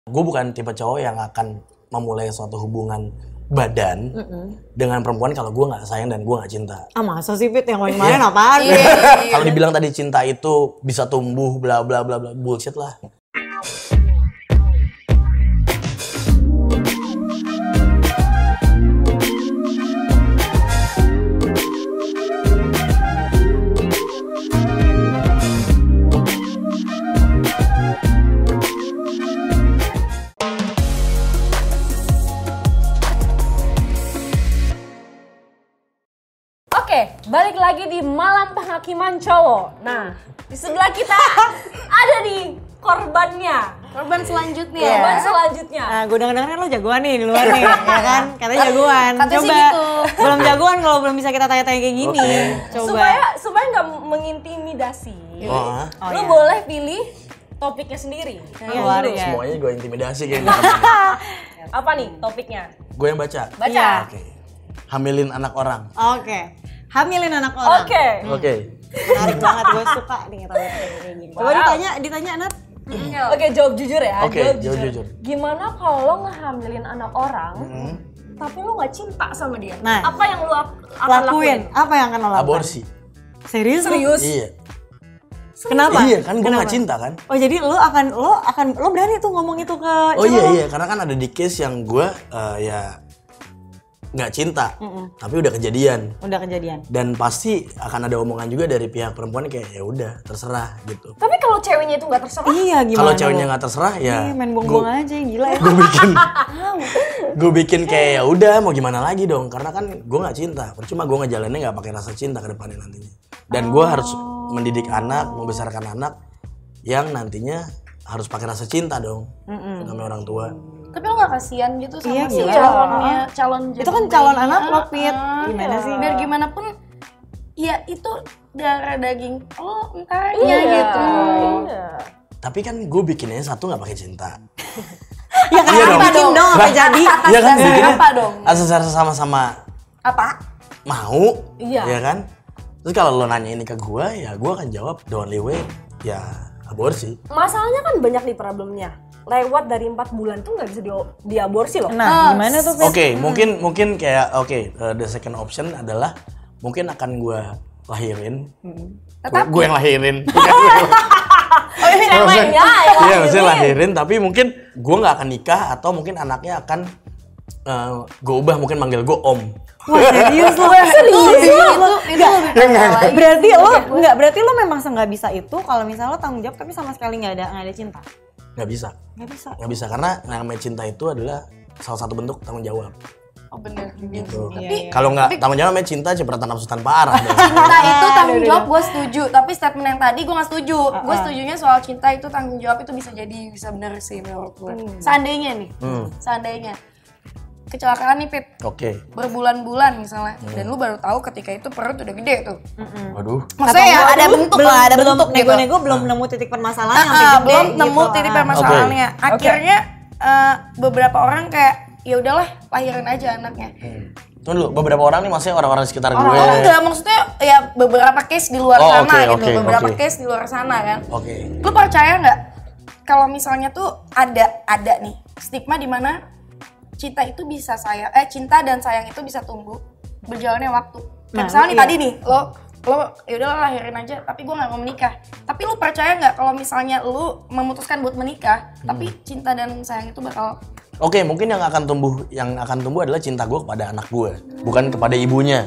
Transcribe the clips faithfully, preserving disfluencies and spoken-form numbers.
Gue bukan tipe cowok yang akan memulai suatu hubungan badan Mm-mm. dengan perempuan kalau gue nggak sayang dan gue nggak cinta. Ah masa sih Fit yang kemarin yeah. apaan? Kalau dibilang tadi cinta itu bisa tumbuh bla bla bla bla bullshit lah. Oke, balik lagi di Malam Penghakiman Cowok. Nah, di sebelah kita ada nih korbannya. Korban selanjutnya. Yeah. Korban selanjutnya. Nah, gue denger-denger lo jagoan nih di luar nih, ya kan? Katanya jagoan. Katanya Coba. sih gitu. Belum jagoan kalau belum bisa kita tanya-tanya kayak gini. Okay. Coba. Supaya supaya nggak mengintimidasi. Oh, oh, lu ya. boleh pilih topiknya sendiri. Iya, ya. Semuanya gue intimidasi kayaknya. Apa nih topiknya? Gue yang baca. Baca. Iya. Oke. Okay. Hamilin anak orang. Oke. Okay. Hamilin anak orang. Oke. Oke. Okay. Menarik banget, gue suka nih tanya kayak gini. Coba Wow. ditanya, ditanya Nat. Oke, jawab jujur ya. Oke, jawab jawab jujur. jujur. Gimana kalau lo ngehamilin anak orang, Mm-hmm. tapi lo nggak cinta sama dia? Nah. Apa yang lo ak- akan Lakuin. lakuin? Apa yang akan lo lakukan? Aborsi. Serius? lo? Serius? Iya. Kenapa? Iya, kan gue Kenapa? nggak cinta kan. Oh jadi lo akan lo akan lo berani tuh ngomong itu ke Oh cewek iya lo? iya, karena kan ada di case yang gue uh, ya nggak cinta, Mm-mm. tapi udah kejadian. Udah kejadian. Dan pasti akan ada omongan juga dari pihak perempuan kayak ya udah terserah gitu. Tapi kalau ceweknya itu nggak terserah? Iya gimana? Kalau ceweknya nggak terserah ya Iya, main buang-buang aja gila ya. gue bikin gue bikin kayak ya udah mau gimana lagi dong, karena kan gue nggak cinta, percuma gue ngejalannya nggak pakai rasa cinta ke depannya nantinya. Dan gue harus mendidik anak, membesarkan anak yang nantinya harus pakai rasa cinta dong sama orang tua. Tapi lo gak kasihan gitu sama Iya, si gila. calonnya, calon Itu kan calon bayinya? anak lo Pit. Ah, Gimana iya. sih? Biar gimana pun ya itu darah daging lo entarnya Iya gitu. Iya. Tapi kan gue bikinnya satu nggak pakai cinta. Ya kan Iya dong. bikin dong apa jadi? Iya kan dasar bikinnya apa dong? asal sama-sama Apa? mau, Iya. ya kan? Terus kalau lo nanya ini ke gue, ya gue akan jawab the only way ya aborsi. Masalahnya kan banyak nih problemnya. Lewat dari empat bulan tuh nggak bisa di diaborsi loh. Nah, gimana tuh Pit? Oke, mungkin mungkin kayak oke uh, the second option adalah mungkin akan gue lahirin. Gue gue yang lahirin. Oh iya, ceweknya ya. Iya, maksudnya lahirin, tapi mungkin gue nggak akan nikah atau mungkin anaknya akan uh, gue ubah, mungkin manggil gue om. Wah serius lo? Serius? Itu, Itu lebih parah lagi. berarti lo nggak berarti lo memang nggak bisa itu kalau misalnya lo tanggung jawab tapi sama sekali nggak ada nggak ada cinta. Nggak bisa, Nggak bisa. nggak bisa karena namanya cinta itu adalah salah satu bentuk tanggung jawab. Oh bener. Gitu. Iya, iya. Kalau nggak tanggung jawab namanya cinta cipratan nafsu tanpa arah. dong. Cinta itu tanggung jawab gue setuju, tapi statement yang tadi gue gak setuju. Gue setujunya soal cinta itu tanggung jawab itu bisa jadi bisa bener sih menurut gue. Seandainya nih, Hmm. seandainya kecelakaan nih Pit, Oke. berbulan-bulan misalnya, dan lu baru tahu ketika itu perut udah gede tuh. Waduh. Maksudnya ya ada bentuk belum, lah, ada belum bentuk gitu. nego-nego belum nemu titik permasalahan Ah, sampai ah, gede belum gitu. nemu titik Ah. permasalahannya. Akhirnya eh, beberapa orang kayak ya udahlah lahirin aja anaknya. Tunggu dulu, beberapa orang nih maksudnya orang-orang sekitar gue. Orang-orang enggak maksudnya ya beberapa case di luar Oh, sana oke, gitu, oke, beberapa oke. case di luar sana kan. Oke. Lu percaya nggak kalau misalnya tuh ada ada nih stigma di mana cinta itu bisa sayang eh cinta dan sayang itu bisa tumbuh berjalannya waktu. Kayak Nah, misalnya nih iya. tadi nih lo lo ya udahlah lahirin aja tapi gue nggak mau menikah. Tapi lu percaya nggak kalau misalnya lu memutuskan buat menikah tapi cinta dan sayang itu bakal Oke, mungkin yang akan tumbuh yang akan tumbuh adalah cinta gue kepada anak gue, bukan kepada ibunya.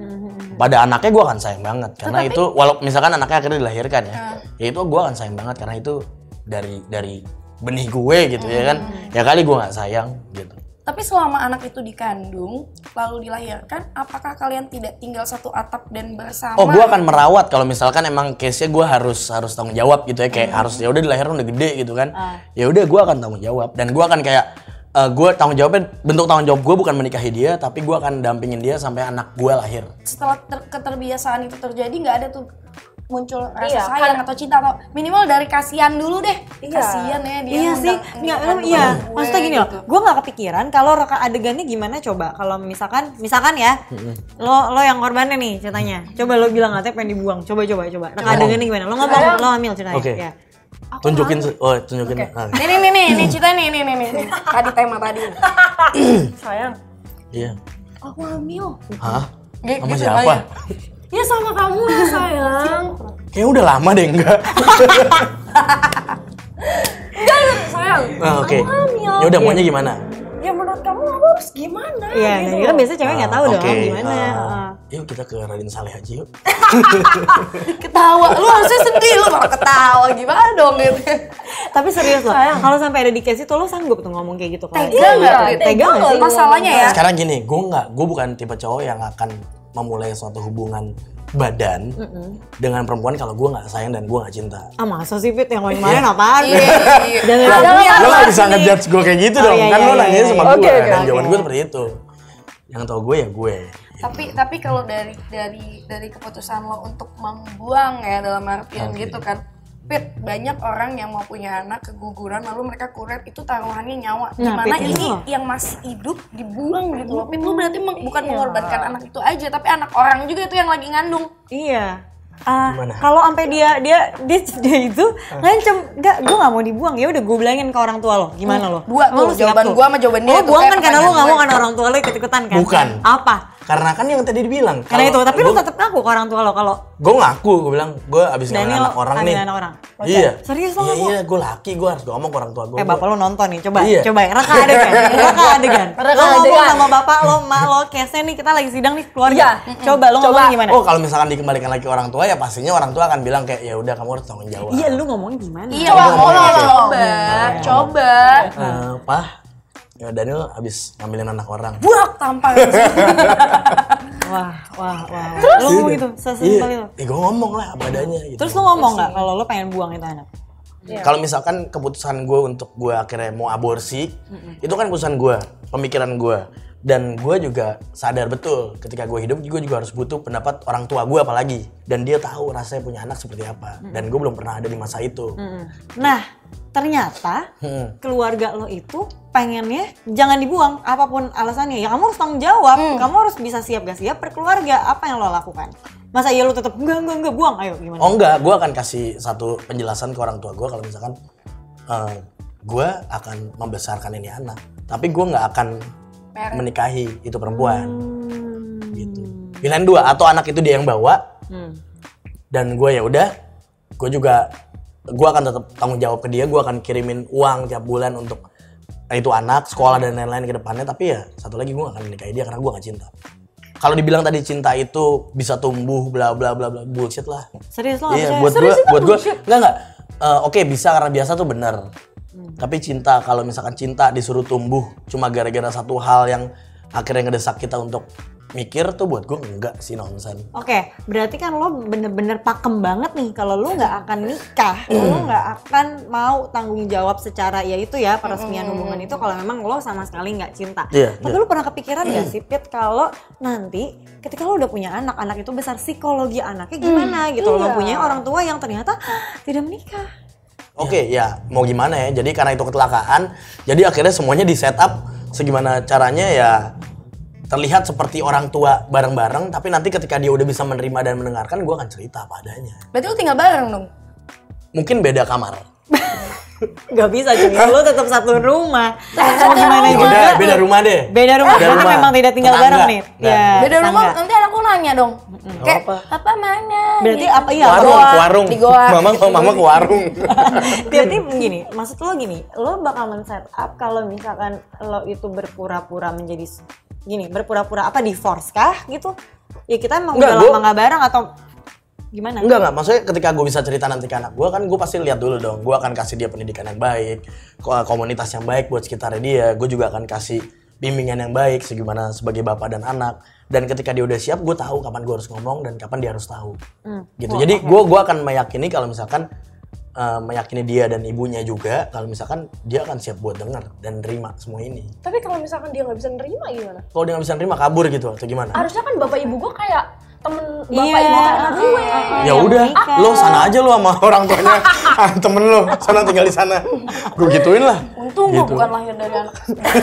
Pada anaknya gue akan sayang banget karena Tetapi- itu walaupun misalkan anaknya akhirnya dilahirkan ya, ya itu gue akan sayang banget karena itu dari dari benih gue gitu ya kan. Ya kali gue nggak sayang gitu. Tapi selama anak itu dikandung lalu dilahirkan, apakah kalian tidak tinggal satu atap dan bersama? Oh, gue akan merawat kalau misalkan emang case-nya gue harus harus tanggung jawab gitu ya, kayak harus ya udah dilahirkan udah gede gitu kan. Ya udah gue akan tanggung jawab dan gue akan kayak uh, gue tanggung jawabnya bentuk tanggung jawab gue bukan menikahi dia, tapi gue akan dampingin dia sampai anak gue lahir. Setelah ter- keterbiasaan itu terjadi nggak ada tuh muncul rasa Iya, sayang kan- atau cinta atau minimal dari kasihan dulu deh. Iya. Kasihan ya dia. Iya sih, ngundang- nggak, ngundang iya. gue Maksudnya gini loh, gitu. gue nggak kepikiran kalau reka adegannya gimana coba. Kalau misalkan, misalkan ya, lo lo yang korbannya nih ceritanya. Coba lo bilang katanya pengen dibuang. Coba coba coba. Reka adegannya gimana? Lo nggak mau, lo hamil ceritanya. Oke. Ya. Tunjukin, se- oh tunjukin. Oke. Ah, Nih nih nih nih, nih Cita nih nih nih nih. nih. Tadi tema tadi. Sayang, iya. aku hamil. Hah? Gitu, Sama gitu siapa? aja. Ya sama kamu lah sayang. Kayaknya udah lama deh enggak. Enggak, sayang. Nah, oke. Aku hamil. Ya udah maunya gimana? Ya menurut kamu aku harus gimana? Iya, gitu. nah, kan biasanya cewek nggak tahu Ah, dong oke. gimana. Ah, Ah. yuk kita ke Raden Saleh aja yuk. Ketawa, lu harusnya sedih lu malah ketawa gimana dong gitu. Tapi serius loh, kalau sampai ada di case itu lo sanggup tuh ngomong kayak gitu kan? Tega nggak? Tega Tega nggak sih? Masalahnya ya. Sekarang gini, gue nggak, gue bukan tipe cowok yang akan memulai suatu hubungan badan dengan perempuan kalau gue nggak sayang dan gue nggak cinta. Ah masa sih Fit yang kemarin apaan? Iya, iya. Jangan Lo, jangan lo nggak bahas bisa nih. ngejudge gue kayak gitu Oh, dong, iya, kan iya, lo iya, nanya iya. sama Oke, gue, oke, dan oke. jawaban gue seperti itu. Yang tau gue ya gue. Tapi tapi kalau dari dari dari keputusan lo untuk membuang ya dalam artian Oke. gitu kan. Fit, banyak orang yang mau punya anak keguguran lalu mereka kuret itu taruhannya nyawa. Nah, Dimana Fit, ini itu loh. yang masih hidup dibuang gitu loh. Fit, lu berarti meng- bukan mengorbankan anak itu aja, tapi anak orang juga itu yang lagi ngandung. Iya. Ah, Gimana? kalau sampai dia dia dia dia itu ngancem, enggak, gue nggak mau dibuang. Ya udah gue bilangin ke orang tua lo. Gimana lo? Dua Emang tuh, lo siap jawaban tuh? gua sama jawaban dia Oh, tuh, buang kayak kan karena lo nggak mau pertanyaan kan gue. orang tua lo ikut-ikutan kan? Bukan. Apa? Karena kan yang tadi dibilang. Karena itu, tapi lo gue, tetap ngaku ke orang tua lo kalau gue ngaku, gue bilang gue abis ngambil Daniel anak orang ambil nih. anak orang. Iya. Serius lo Iya ngaku? iya, gue laki, gue harus ngomong ke orang tua gue. Eh bapak lo nonton nih, coba, Iya. coba ya, reka adegan, reka adegan. Reka Lo ngomong adegan. sama bapak lo, mak lo, case nih kita lagi sidang nih keluarga. Iya. Coba lo Coba. ngomong gimana? Oh kalau misalkan dikembalikan lagi ke orang tua ya pastinya orang tua akan bilang kayak ya udah kamu harus tanggung jawab. Iya, lu ngomong gimana? Iya, Coba lo ngomong aja. coba, coba. Eh, Pak, ya Daniel abis ngambilin anak orang. Buak tampar. Wah, wah, wah. Lo ngomong gitu, sesimpel itu. Ya gue ngomong lah apa adanya gitu. Terus lo ngomong nggak kalau lo pengen buang itu anak? Kalau misalkan keputusan gue untuk gue akhirnya mau aborsi, itu kan keputusan gue, pemikiran gue. Dan gue juga sadar betul ketika gue hidup, gue juga harus butuh pendapat orang tua gue apalagi. Dan dia tahu rasanya punya anak seperti apa. Dan gue belum pernah ada di masa itu. Nah, ternyata Hmm. keluarga lo itu pengennya jangan dibuang apapun alasannya. Ya kamu harus tanggung jawab, kamu harus bisa siap gak siap berkeluarga. Apa yang lo lakukan? Masa iya lo tetap enggak, enggak, enggak buang? Ayo gimana? Oh enggak, gue akan kasih satu penjelasan ke orang tua gue kalau misalkan eh, gue akan membesarkan ini anak. Tapi gue nggak akan menikahi itu perempuan. Gitu. Pilihan dua, atau anak itu dia yang bawa Hmm. dan gue ya udah, gue juga gue akan tetap tanggung jawab ke dia, gue akan kirimin uang tiap bulan untuk itu anak, sekolah dan lain-lain ke depannya. Tapi ya satu lagi gue gak akan menikahi dia karena gue gak cinta. Kalau dibilang tadi cinta itu bisa tumbuh bla bla bla bla bullshit lah. Serius lo nggak Iya, percaya? buat gue, buat gue enggak enggak. Eh, Oke bisa karena biasa tuh benar. Tapi cinta, kalau misalkan cinta disuruh tumbuh cuma gara-gara satu hal yang akhirnya ngedesak kita untuk mikir tuh buat gue enggak sih, nonsen. Oke, berarti kan lo bener-bener pakem banget nih kalau lo nggak akan nikah, lo nggak akan mau tanggung jawab secara ya itu ya peresmian hubungan itu kalau memang lo sama sekali nggak cinta. Iya, Tapi iya. lo pernah kepikiran nggak sih Pit kalau nanti ketika lo udah punya anak, anak itu besar psikologi anaknya gimana gitu? Lo iya. punya orang tua yang ternyata tidak menikah. Oke, ya mau gimana ya? Jadi karena itu kecelakaan, jadi akhirnya semuanya di setup segimana caranya ya terlihat seperti orang tua bareng-bareng, tapi nanti ketika dia udah bisa menerima dan mendengarkan, gue akan cerita apa adanya. Berarti lu tinggal bareng dong. Mungkin beda kamar. Gak bisa cuy, lo tetap satu rumah. Mau gimana Ya juga? udah, beda rumah deh. Beda rumah, Beda karena rumah. memang tidak tinggal Tetangga. bareng nih. Nah, Ya, Beda rumah, tetangga. nanti anakku nanya dong. Kayak, apa? apa mana? Berarti Gitu. apa iya? Warung, Goa. ke warung. Di goa. Mama, mama ke warung. Berarti gini, maksud lo gini, lo bakal men-set up kalau misalkan lo itu berpura-pura menjadi s- gini, berpura-pura apa divorce kah gitu? Ya kita emang Enggak, udah gua- lama nggak bareng atau gimana? Enggak, enggak. Maksudnya ketika gue bisa cerita nanti ke anak gue, kan gue pasti lihat dulu dong. Gue akan kasih dia pendidikan yang baik, ko- komunitas yang baik buat sekitarnya dia. Gue juga akan kasih bimbingan yang baik, segimana sebagai bapak dan anak. Dan ketika dia udah siap, gue tahu kapan gue harus ngomong dan kapan dia harus tahu. Hmm. Gitu. Jadi gue gue akan meyakini kalau misalkan eh, meyakini dia dan ibunya juga, kalau misalkan dia akan siap buat denger dan nerima semua ini. Tapi kalau misalkan dia nggak bisa nerima gimana? Kalau dia nggak bisa nerima, kabur gitu atau gimana? Harusnya kan bapak ibu gue kayak temen bapak Iya. ibu anak gue. Ya yang udah, menikah. lo sana aja lo sama orang tuanya, ah, temen lo, sana tinggal di sana. Gue gituin lah. tunggu Gitu. bukan lahir dari anak.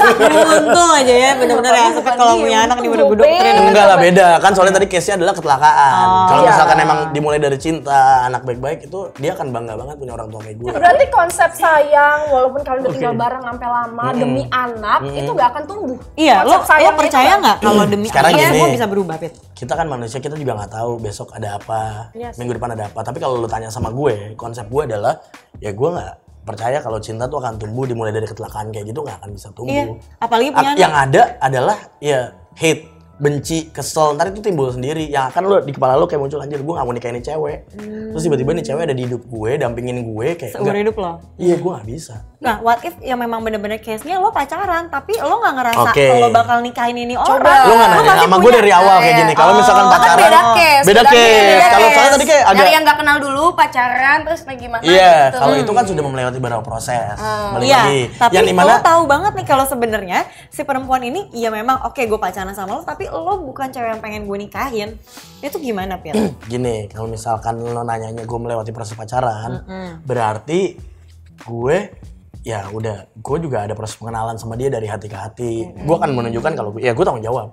Untung aja ya bener-bener ya, sampai kalau punya anak nih udah gue doktrin. Enggak lah, beda kan, soalnya tadi case-nya adalah kecelakaan. Oh. Kalau Iya. misalkan emang dimulai dari cinta, anak baik-baik itu dia akan bangga banget punya orang tua kayak gue. Berarti konsep sayang, walaupun kalian udah tinggal Oke. bareng sampai lama demi anak, itu nggak akan tumbuh. Iya, lo, Konsep lo sayangnya percaya itu nggak kalau demi Sekarang anak gini. semua bisa berubah, Pit? Kita kan manusia, kita juga nggak tahu besok ada apa, Yes. minggu depan ada apa. Tapi kalau lu tanya sama gue, konsep gue adalah ya gue nggak percaya kalau cinta tuh akan tumbuh dimulai dari kecelakaan kayak gitu, nggak akan bisa tumbuh. Iya, apalagi punya A- anak. yang ada adalah ya hate, benci, kesel, ntar itu timbul sendiri. Yang akan lo di kepala lo kayak muncul, anjir gue gak mau nikahin ini cewek. Terus tiba-tiba nih cewek ada di hidup gue, dampingin gue kayak Seumur enggak. hidup lo. Iya, gue gak bisa. Nah, what if yang memang bener-bener case-nya lo pacaran, tapi lo nggak ngerasa Oke. lo bakal nikahin ini orang. Coba. Lo gak nanya pasti sama gue punya- dari awal kayak gini. Kalau Oh, misalkan kan pacaran, Beda case. Beda case. Kalau soalnya tadi kayak agak dari yang nggak kenal dulu pacaran terus kayak gimana iya, gitu. kalau itu kan sudah melewati beberapa proses. Balik Iya, lagi. tapi yang dimana lo tahu banget nih kalau sebenarnya si perempuan ini, iya memang oke gue pacaran sama lo, tapi lo bukan cewek yang pengen gue nikahin. Itu gimana, Pit? gini, kalau misalkan lo nanyanya gue melewati proses pacaran, berarti gue ya udah, gue juga ada proses pengenalan sama dia dari hati ke hati. Gue akan menunjukkan kalau gue, ya gue tanggung jawab.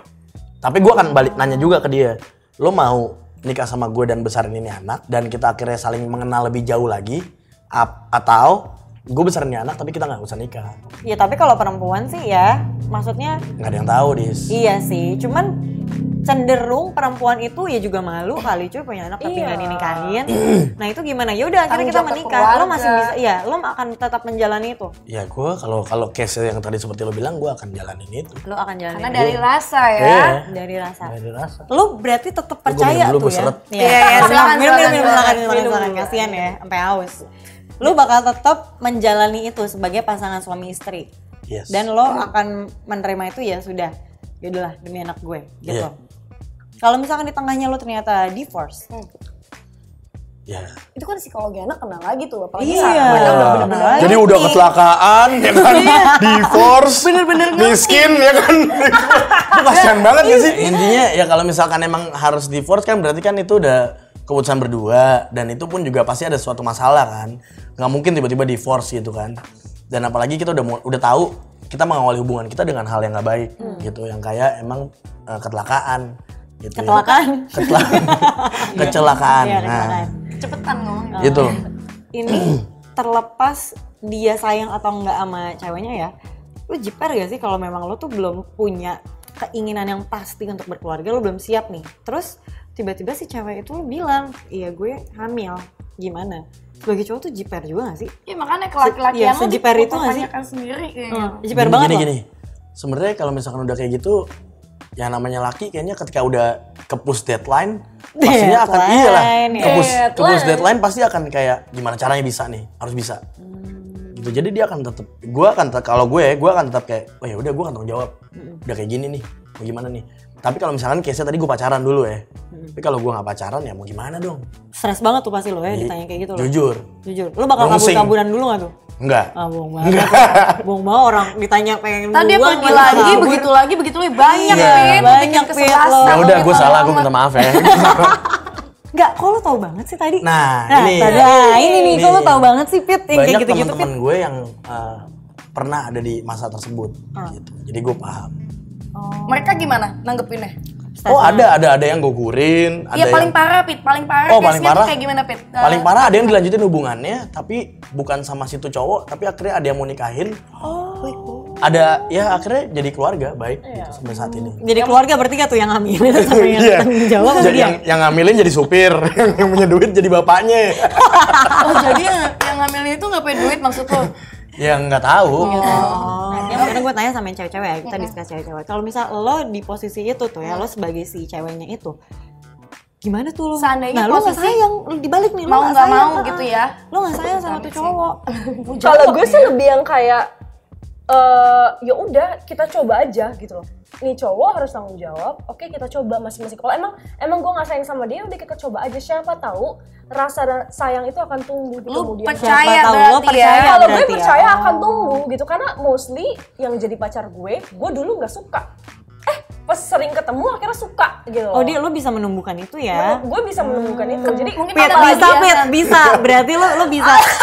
Tapi gue akan balik nanya juga ke dia, lo mau nikah sama gue dan besarin ini anak dan kita akhirnya saling mengenal lebih jauh lagi, ap- atau gue besarin ini anak tapi kita nggak usah nikah? Ya tapi kalau perempuan sih ya, maksudnya Nggak ada yang tahu, Dis. iya sih, cuman cenderung perempuan itu ya juga malu kali cuy punya anak tapi Iya. nggak dinikahin. Nah itu gimana? Ya udah akhirnya kita Tanggung jawab menikah. Lo keluarga. masih bisa, iya, lo akan tetap menjalani itu. Ya gue kalau kalau case yang tadi seperti lo bilang, gue akan jalanin itu. Lo akan jalani Karena dari rasa ya. Iya. dari rasa. Dari rasa. Lo berarti tetap Gua percaya minum dulu, tuh gua ya. seret. Iya, Iya, iya, silakan, minum, minum, minum, silakan, minum, silakan, silakan. silakan, silakan. Kasian ya, sampai haus. Lo bakal tetap menjalani itu sebagai pasangan suami istri. Yes. Dan lo akan menerima itu ya sudah. Yaudahlah demi anak gue gitu. Iya. Kalau misalkan di tengahnya lo ternyata divorce. Ya. Itu kan psikologi anak kena lagi tuh, apalagi Iya. saat mereka udah bener-bener Nah, Jadi ngerti. udah kecelakaan, ya kan, Iya. divorce, miskin, ya kan. Itu kasihan banget gak sih? Intinya ya kalau misalkan emang harus divorce kan berarti kan itu udah keputusan berdua. Dan itu pun juga pasti ada suatu masalah kan. Gak mungkin tiba-tiba divorce gitu kan. Dan apalagi kita udah mau- udah tahu kita mengawali hubungan kita dengan hal yang gak baik gitu. Yang kayak emang uh, kecelakaan. Gitu ya. Kecelakaan. Kecelakaan. Kecelakaan. Iya, Nah, kecelakaan. Cepetan ngomongnya. gitu. Ini terlepas dia sayang atau enggak sama ceweknya ya, lu jiper gak sih kalau memang lo tuh belum punya keinginan yang pasti untuk berkeluarga, lo belum siap nih. Terus tiba-tiba si cewek itu lo bilang, iya gue hamil, gimana? Sebagai cowok tuh jiper juga gak sih? Iya makanya ke laki-laki Iya, yang lo sejiper itu nggak sih? dipertanyakan sendiri kayaknya. Hmm, jiper Gini, banget gini, loh. gini. Sebenarnya kalau misalkan udah kayak gitu, yang namanya laki kayaknya ketika udah ke push deadline, pastinya akan Deadline, iyalah. ya. Ke push, ke push Deadline. deadline pasti akan kayak gimana caranya bisa nih, harus bisa. Gitu. Jadi dia akan tetap, gue akan tet- kalau gue, gue akan tetap kayak, oh ya udah gue akan tanggung jawab. Udah kayak gini nih, mau gimana nih. Tapi kalau misalkan case-nya tadi gue pacaran dulu ya. Tapi kalau gue nggak pacaran ya mau gimana dong? Stres banget tuh pasti lo ya Ju- ditanya kayak gitu loh. Jujur, Jujur. Lo bakal Rungsing. kabur-kaburan dulu gak tuh? enggak. Ah bohong banget. Bohong banget orang ditanya pengen Tadi dia duluan, pergi malah lagi, kabur. begitu lagi, begitu lagi. Banyak, Iya. Pit. Banyak, Bikin Pit, kesebelasan. lo. Ya udah gue gitu salah, gue lama. minta maaf ya. Enggak, kok lo tau banget sih tadi? Nah, nah ini. tadi, nah, ini nih, kok lo Ini. tau banget sih Pit? Yang kayak Banyak gitu-gitu Pit. teman-teman gue yang uh, pernah ada di masa tersebut gitu. Jadi gue paham. Mereka gimana nanggepinnya? Oh ada ada ada yang gugurin, ada Iya paling yang parah Pit, paling parah Oh, paling case-nya tuh parah. kayak gimana Pit? Eh, paling parah ada yang dilanjutin hubungannya tapi bukan sama situ cowok tapi akhirnya ada yang mau nikahin. Oh. Ada ya akhirnya jadi keluarga baik gitu, sampai saat ini. Jadi keluarga bertiga tuh yang hamil sama yang Iya. tanggung jawab sama Jadi dia. yang yang ngamilin jadi supir, yang punya duit jadi bapaknya. Oh jadi yang, yang ngambilin itu nggak punya duit maksud lo? Ya nggak tahu. Oh, yang makanya gue tanya sama yang cewek-cewek ya, kita discuss cewek-cewek. Kalau misal lo di posisi itu tuh ya, lo sebagai si ceweknya itu, gimana tuh lo? Seandainya nah, lo nggak posisi sayang, lo dibalik nih, lo mau nggak nggak sayang, mau ah, gitu ah. ya. Lo nggak sayang sama tuh cowok. Kalau gue sih lebih yang kayak eh ya udah kita coba aja gitu loh. Nih cowok harus tanggung jawab. Oke kita coba masing-masing. Kalau emang emang gue nggak sayang sama dia, udah kita coba aja. Siapa tahu rasa ra- sayang itu akan tumbuh di Lu kemudian. percaya Siapa tahu lo berarti percaya. ya? Kalau gue berarti ya. percaya Oh. akan tumbuh gitu karena mostly yang jadi pacar gue, gue dulu nggak suka. Eh pas sering ketemu akhirnya suka gitu. Oh dia lo bisa menumbuhkan itu ya? Gue bisa menemukan itu. Jadi mungkin Pit, ada bisa bagian- Pit, bisa. Berarti lo lo bisa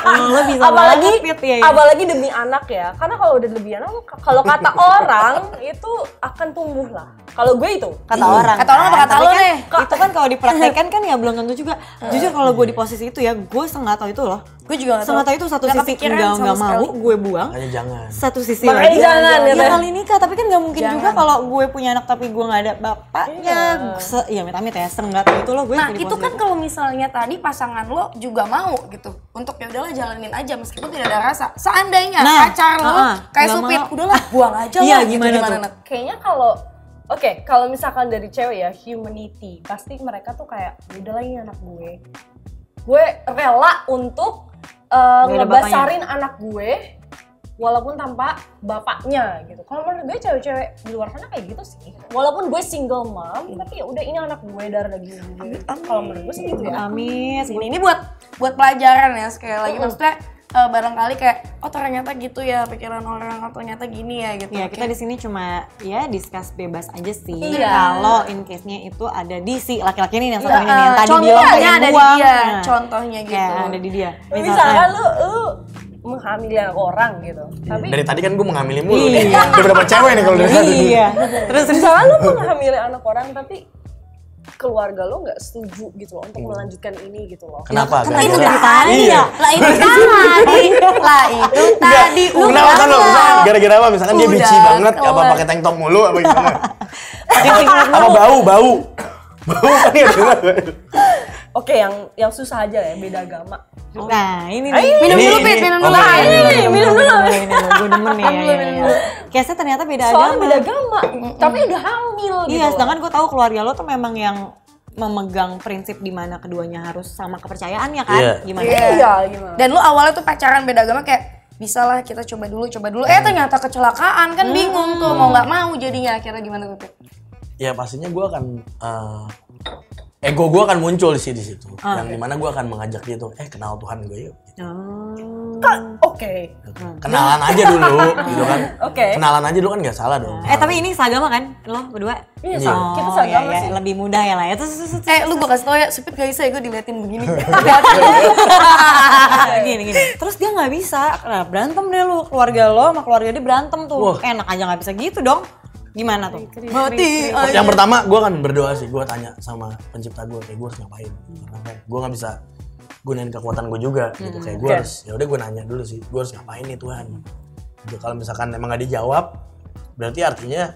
Lo bisa apalagi banget, Pit, ya, ya. apalagi demi anak ya, karena kalau udah demi anak lo- kalau kata orang itu akan tumbuh lah. Kalau gue itu Kata orang. Kata orang apa kan. kata Tapi lo kan nih? Itu kan kalau dipraktekkan kan ya belum tentu juga. Jujur kalau gue di posisi itu ya, gue setengah tahu itu loh. Gue juga nggak tahu. Setengah tahu itu satu Nggak sisi kepikiran enggak sama enggak mau, sekali. gue buang. Makanya jangan. Satu sisi Makanya lagi jangan, ya gitu. kali nikah, tapi kan nggak mungkin Jangan. juga kalau gue punya anak tapi gue nggak ada bapaknya. Iya. Se ya amit-amit ya, setengah tahu itu loh gue. Nah di itu posisi kan kalau misalnya tadi pasangan lo juga mau gitu untuk ya udahlah jalanin aja meskipun tidak ada rasa. Seandainya Nah, pacar lo uh-uh, kayak nggak supit, mau. udahlah buang aja Iya, lah. Gitu, gimana tuh? Nat? kayaknya kalau oke kalau misalkan dari cewek ya humanity pasti mereka tuh kayak udahlah ini anak gue gue rela untuk uh, Nggak ada ngebasarin anak gue walaupun tanpa bapaknya gitu. Kalau menurut gue cewek-cewek di luar sana kayak gitu sih, walaupun gue single mom tapi ya udah ini anak gue darah daging gue. Kalau menurut gue sih gitu ya. Amit. Ini, ini buat buat pelajaran ya sekali lagi Mm-mm. maksudnya eh, barangkali kayak oh ternyata gitu ya pikiran orang atau ternyata gini ya gitu. Ya Oke. kita di sini cuma ya discuss bebas aja sih. Iya. Kalau in case-nya itu ada di si laki-laki ini yang Iya, satu ini nih, yang eh, tadi contohnya bilang pengen ada di buang. dia, Nah, contohnya gitu. kayak ada di dia. Misalkan lu lu menghamili anak orang gitu, tapi Dari tadi kan gue mengamili mulu nih. Iya. Ada berapa cewek nih kalau dari tadi? Iya. Terus misalkan lu menghamili anak orang tapi keluarga lo nggak setuju gitu loh untuk melanjutkan ini gitu loh. Kenapa? Kan itu Gara-gara- dari tadi Iya. ya. Lah itu tadi, lah itu tadi Kenapa kan lo? Misalkan Gara-gara apa? Misalkan dia Udah bici banget, apa kelar. pakai tank top mulu, apa gimana? Pakai singlet Apa mulu. bau, bau? Bau kan ya? Oke, yang yang susah aja ya, beda agama. Nah, ini Ayo, nih. minum Ini- dulu, ini- Pit, minum oke, dulu. oke, Nah, ini minum, nih, minum dulu. Gue demen nih. Minum dulu, ya, ya, minum ya. dulu. Case-nya ternyata beda Soalnya agama. beda agama, tapi udah hamil gitu. Iya, loh. sedangkan gue tahu keluarga lo tuh memang yang memegang prinsip di mana keduanya harus sama kepercayaannya kan? Iya. Gimana? Iya, gimana? Dan lu awalnya tuh pacaran beda agama kayak bisa lah kita coba dulu, coba dulu. Eh ternyata kecelakaan kan bingung tuh mau nggak mau jadinya akhirnya gimana tuh? Pit? Ya pastinya gue akan eh, ego gue akan muncul sih di situ. Ah. Yang dimana gue akan mengajak dia tuh, eh kenal Tuhan gue yuk. Gitu. Oh. Oke. Kenalan aja dulu, gitu kan? Oke. Kenalan aja dulu kan nggak salah dong. Eh tapi ini seagama kan? Lo berdua? Iya, Iya. sama. Kita Oh, seagama ya, ya, sih. lebih mudah ya lah ya. Terus, terus, terus, Eh lu gue kasih tau ya, Supit gak bisa ya gue diliatin begini. gini gini. Terus dia nggak bisa, nah, berantem deh lu, keluarga lo sama keluarga dia berantem tuh. Wah. Enak aja nggak bisa gitu dong. Gimana tuh? Mati. Yang pertama gue akan berdoa sih, gue tanya sama pencipta gue kayak gue harus ngapain. Karena gue nggak bisa gunain kekuatan gue juga gitu. Kayak gue oke. harus, ya udah gue nanya dulu sih, gue harus ngapain nih Tuhan. Gitu. Kalau misalkan emang gak dijawab, berarti artinya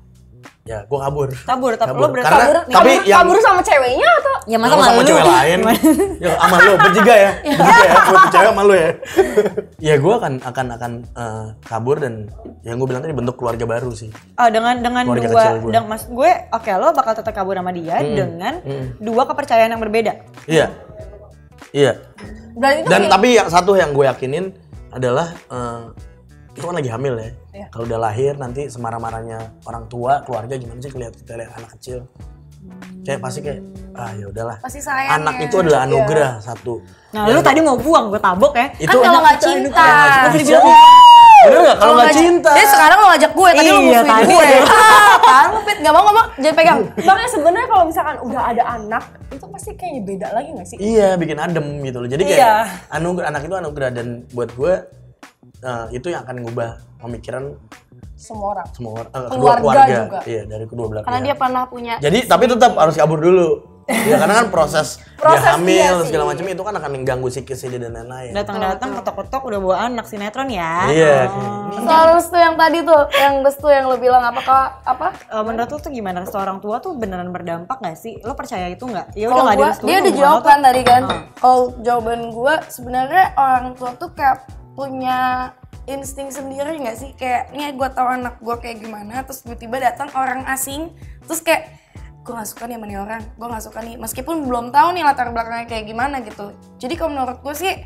ya gue kabur. Kabur, tapi lo berarti Karena, kabur, tapi kabur, yang kabur sama ceweknya atau? Ya Masa masa sama malu cewek lain, ya sama lo bertiga ya, bertiga ya, buat cewek sama lo ya. Ya gue akan akan akan eh, kabur dan yang gue bilang tadi bentuk keluarga baru sih. Oh, dengan dengan Keluarga dua, kecil gue. dengan mas gue, oke lo bakal tetap kabur sama dia dengan dua kepercayaan yang berbeda. Iya, iya. Berarti itu Dan kayak- tapi yang satu yang gue yakinin adalah eh, itu kan lagi hamil ya. Iya. Kalau udah lahir nanti semarah-marahnya orang tua, keluarga gimana sih kelihatan kita lihat anak kecil. Kayak pasti kayak ah ya udahlah. Pasti sayang Anak ya. itu adalah anugerah satu. Nah, lu tadi mau buang, gue tabok ya. Itu Kan kalau nggak cinta. Siapa? Bener nggak kalau nggak cinta? Dia sekarang lo ngajak gue, tadi lo Iya, musuhin tadi. gue. Apaan lu Pit? Gak mau gak mau, jangan pegang. Makanya sebenarnya kalau misalkan udah ada anak, itu pasti kayaknya beda lagi nggak sih? Iya, bikin adem gitu loh. Jadi kayak Iya. anugerah, anak itu anugerah dan buat gue eh, itu yang akan ngubah pemikiran Semua orang. semua orang, eh, kedua Keluarga keluarga. juga. Iya, dari kedua belah Karena pihak. dia pernah punya. Jadi tapi tetap harus kabur dulu. Ya karena kan proses, Proses dia hamil iya dan sih. segala macam itu kan akan mengganggu psikisnya dia dan lain-lain. Datang-datang ketok-ketok udah bawa anak sinetron ya. Iya. Soal restu yang tadi tuh, yang restu yang lo bilang apakah apa? Eh, menurut lu tuh gimana restu orang tua tuh beneran berdampak gak sih? Lo percaya itu nggak? Ya udah Kalau nggak gua, direstuin. dia udah hubungan jawab lo tuh- kan tadi kan. Ah. Kalau jawaban gue sebenarnya orang tua tuh kayak punya insting sendiri nggak sih? Kayak nih gue tahu anak gue kayak gimana, terus tiba-tiba datang orang asing, terus kayak gue nggak suka nih sama nih orang, gue nggak suka nih, meskipun belum tahu nih latar belakangnya kayak gimana gitu. Jadi kalau menurut gue sih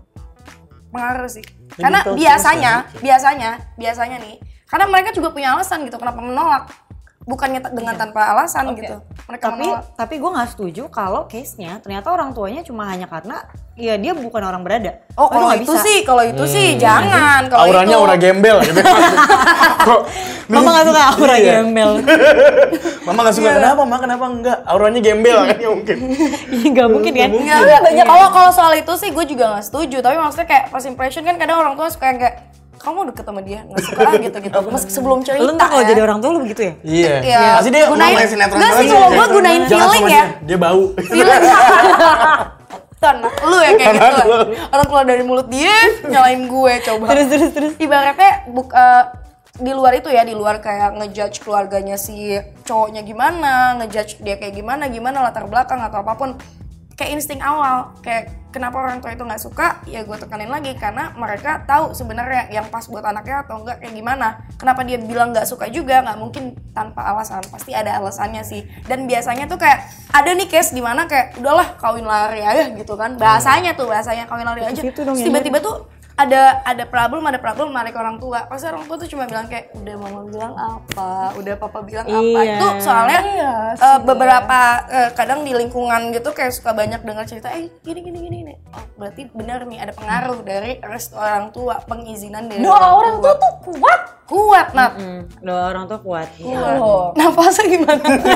pengaruh sih. Ini Karena betul, biasanya, biasanya, biasanya nih, karena mereka juga punya alasan gitu kenapa menolak. bukannya t- dengan tanpa alasan Oke. gitu. Mereka Tapi menolak. tapi gue nggak setuju kalau case-nya ternyata orang tuanya cuma hanya karena ya dia bukan orang berada. Oh, kalau nggak itu bisa. sih, kalau itu sih Hmm. jangan. Kalau Auranya itu, aura gembel gitu. Kok Mama nggak suka aura Iya. gembel. Mama gak suka kenapa? Ma kenapa enggak? Auranya gembel kan nggak mungkin. Iya nggak mungkin kan? Enggak, enggak banyak. Kalau kalau soal itu sih gue juga nggak setuju. Tapi maksudnya kayak first impression kan kadang orang tua suka yang kayak kamu deket sama dia nggak suka ah, gitu-gitu. Meski sebelum cerita. Lu ntar kalau ya. jadi orang tua lu begitu ya? Iya. Iya. Pasti dia Gunain- mau main sinetron. Enggak sih, banget kalau kayak, gua gunain "Jangan feeling sama ya." Dia, dia bau. Feeling. Anak lu ya kayak gitu. Orang keluar dari mulut dia nyalain gue coba. Terus terus terus. Ibaratnya buk, eh, di luar itu ya, di luar kayak ngejudge keluarganya si cowoknya gimana, ngejudge dia kayak gimana, gimana latar belakang atau apapun. Kayak insting awal, kayak kenapa orang tua itu nggak suka, ya gue tekanin lagi karena mereka tahu sebenarnya yang pas buat anaknya atau enggak kayak gimana. Kenapa dia bilang nggak suka juga, nggak mungkin tanpa alasan, pasti ada alasannya sih. Dan biasanya tuh kayak ada nih case di mana kayak udahlah kawin lari aja gitu kan, bahasanya tuh bahasanya kawin lari aja. Itu dong Terus yang tiba-tiba tuh ada ada problem ada problem narik orang tua. Pasti orang tua tuh cuma bilang kayak udah mama bilang apa, udah papa bilang apa. Iya. Itu soalnya Iya eh, sih. beberapa eh, kadang di lingkungan gitu kayak suka banyak dengar cerita eh gini gini gini gini. Oh, berarti benar nih ada pengaruh dari restu orang tua, pengizinan dari Doa orang tua tuh kuat. kuat Nat. Hmm, doa orang tua kuat. Kuat. Oh. Napasnya gimana?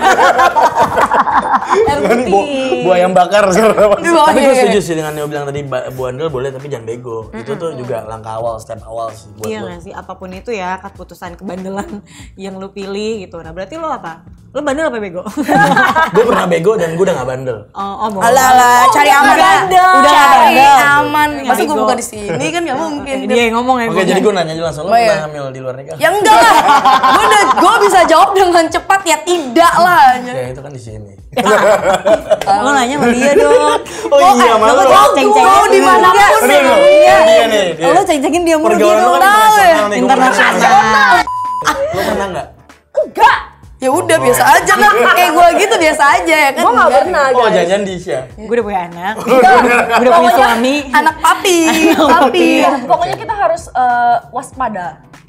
Kan bu, bu ayam bakar sekarang. Aduh, Tapi gue iya. setuju sih dengan yang bilang tadi ba- Bu Andel boleh tapi jangan bego. Itu tuh juga langkah awal, step awal sih buat Iya lo. nggak sih, apapun itu ya keputusan kebandelan yang lu pilih gitu. Nah berarti lo apa? Lo bandel apa bego? Gue pernah bego dan gue udah gak bandel. oh, oh bohong. Alah alah, cari aman ya. bandel. Udah nggak Cari bandel. aman. Masa gue bego. buka di sini kan nggak mungkin. Eh, dia yang ngomong ya. Oke, gua jadi nggak. gue nanya aja langsung, lo Oh, iya. pernah hamil di luar nikah? Ya enggak lah. Gue udah gue bisa jawab dengan cepat ya tidak lah. Ya itu kan di sini. Lo nanya sama dia dong. Oh iya, malu lo lo. kok ceng-cengin Mau di mana dia. pun Aduh, lo. Iya. Dia nih, dia. Lo ceng-cengin dia mulu dia Pergaulan lo dong. kan internasional nih. gua Internasional. Lo pernah nggak? Enggak. Ya udah biasa aja kan. Kayak gue gitu biasa aja ya kan. Gue nggak Enggak. pernah Oh, guys. jangan-jangan di Isya. Gue udah punya anak. Gue udah punya suami. Anak papi, papi. Iya, pokoknya kita harus eh, waspada.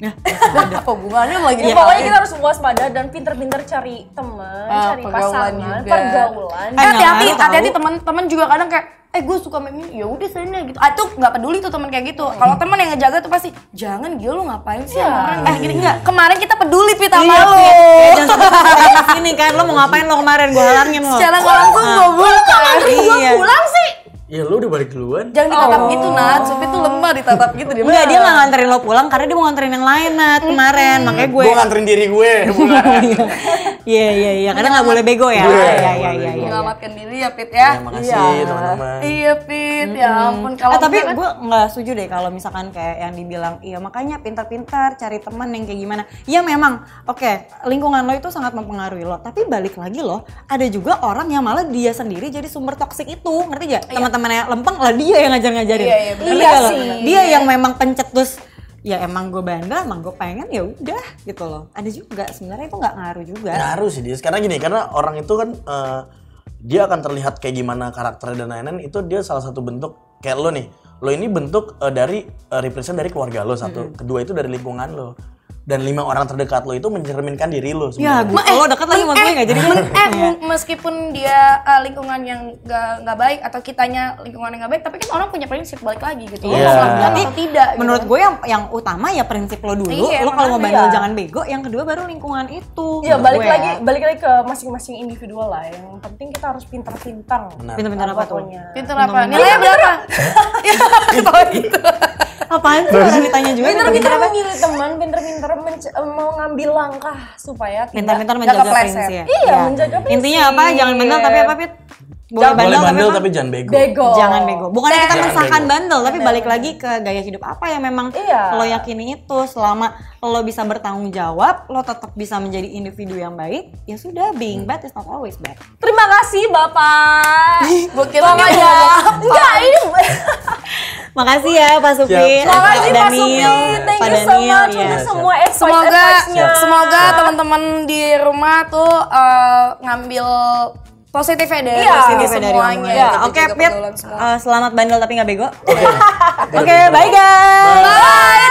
Apa hubungannya lagi? Ya, pokoknya kita harus waspada dan pinter-pinter cari teman, Ah, cari pergaulan pasangan, juga. pergaulan. Eh, hati-hati, ngaruh tahu. hati-hati teman-teman juga kadang kayak eh gue suka main ini, ya udah sana gitu. Ah tuh nggak peduli tuh teman kayak gitu. Kalau teman yang ngejaga tuh pasti jangan Gio lu ngapain sih Iya. sama orang eh gini enggak. Kemarin kita peduli Pit sama Iya, lu. Pit. Ya, jangan sampai di sini kan. Lo mau ngapain lo kemarin? Gue halangin lo. Secara nggak langsung gue buka. Iya. Pulang sih. Ya lu udah balik duluan. Jangan ditatap gitu Nat, Supit tuh lemah ditatap gitu dia. Enggak, dia nggak nganterin lo pulang karena dia mau nganterin yang lain Nat kemarin. Makanya gue. Gue nganterin diri gue. bukan. Iya iya iya, karena nggak boleh bego ya. Iya, Iya nggak iya boleh iya iya. Menyelamatkan diri ya Pit Ya, ya. makasih teman-teman. Iya Pit, ya ampun kalau Eh, tapi gue kan- gue nggak setuju deh kalau misalkan kayak yang dibilang iya makanya pintar-pintar cari teman yang kayak gimana. Ya memang, oke lingkungan lo itu sangat mempengaruhi lo. Tapi balik lagi loh, ada juga orang yang malah dia sendiri jadi sumber toksik itu, ngerti gak? Teman-temannya lempeng lah dia yang ngajar-ngajarin. Iya, iya, bener. Ngerti Iya gak lo? sih. Dia yang memang pencetus. Ya emang gue bandel, emang gue pengen ya udah gitu loh. Ada juga sebenarnya itu nggak ngaruh juga. Ngaruh sih dia. Karena gini, karena orang itu kan eh, dia akan terlihat kayak gimana karakternya dan lain-lain. Itu dia salah satu bentuk kayak lo nih. Lo ini bentuk eh, dari eh, represent dari keluarga lo satu. Kedua itu dari lingkungan lo. Dan lima orang terdekat lo itu mencerminkan diri lo Ya, sebenarnya. gue kalau deket lagi sama gue nggak jadi. Men- eh m- meskipun dia uh, lingkungan yang nggak nggak baik atau kitanya lingkungan yang nggak baik, tapi kan orang punya prinsip balik lagi gitu. Lo Iya. mau melakukan atau tidak? gitu Menurut kan. gue yang yang utama ya prinsip lo dulu. Iya, Lo kalau mau makanya. bandel Iya. jangan bego. Yang kedua baru lingkungan itu. Ya menurut balik gue lagi ya. balik lagi ke masing-masing individual lah. Yang penting kita harus pintar-pintar. Benar. Pinter-pinter apa tuh? Pokoknya. Pinter apa? Nilainya berapa? Ya, ketawa gitu. Apaan sih orang ditanya juga Pintar-pintar apa? memilih teman, pintar-pintar menc- eh, mau ngambil langkah supaya tidak Pintar-pintar nggak menjaga kepleset. prinsip ya. Iya, menjaga prinsip. Intinya apa? Jangan bandel tapi apa, Pit? Boleh Jangan- Boleh bandel apa? tapi jangan bego. bego. Jangan bego. Bukannya kita Jangan mensahkan bego. bandel, tapi balik lagi ke gaya hidup apa yang memang Iya. lo yakini itu. Selama lo bisa bertanggung jawab, lo tetap bisa menjadi individu yang baik, ya sudah, being bad is not always bad. Terima kasih Bapak. Gue kira Tolong dia aja. mau ngomong Enggak, ini Makasih ya Pak Supin, Siap. Terima kasih Pak Daniel, Supin. Thank Pak you so Daniel, much ya. untuk siap. semua semoga advice-advice-nya. semoga teman-teman di rumah tuh uh, ngambil positifnya dari Iya, sini Positifnya dari semuanya. omongan. gitu, Oke, jaga Pit. pergaulan semua. eh, selamat bandel tapi nggak bego. Oke. Oke, bye guys. Bye.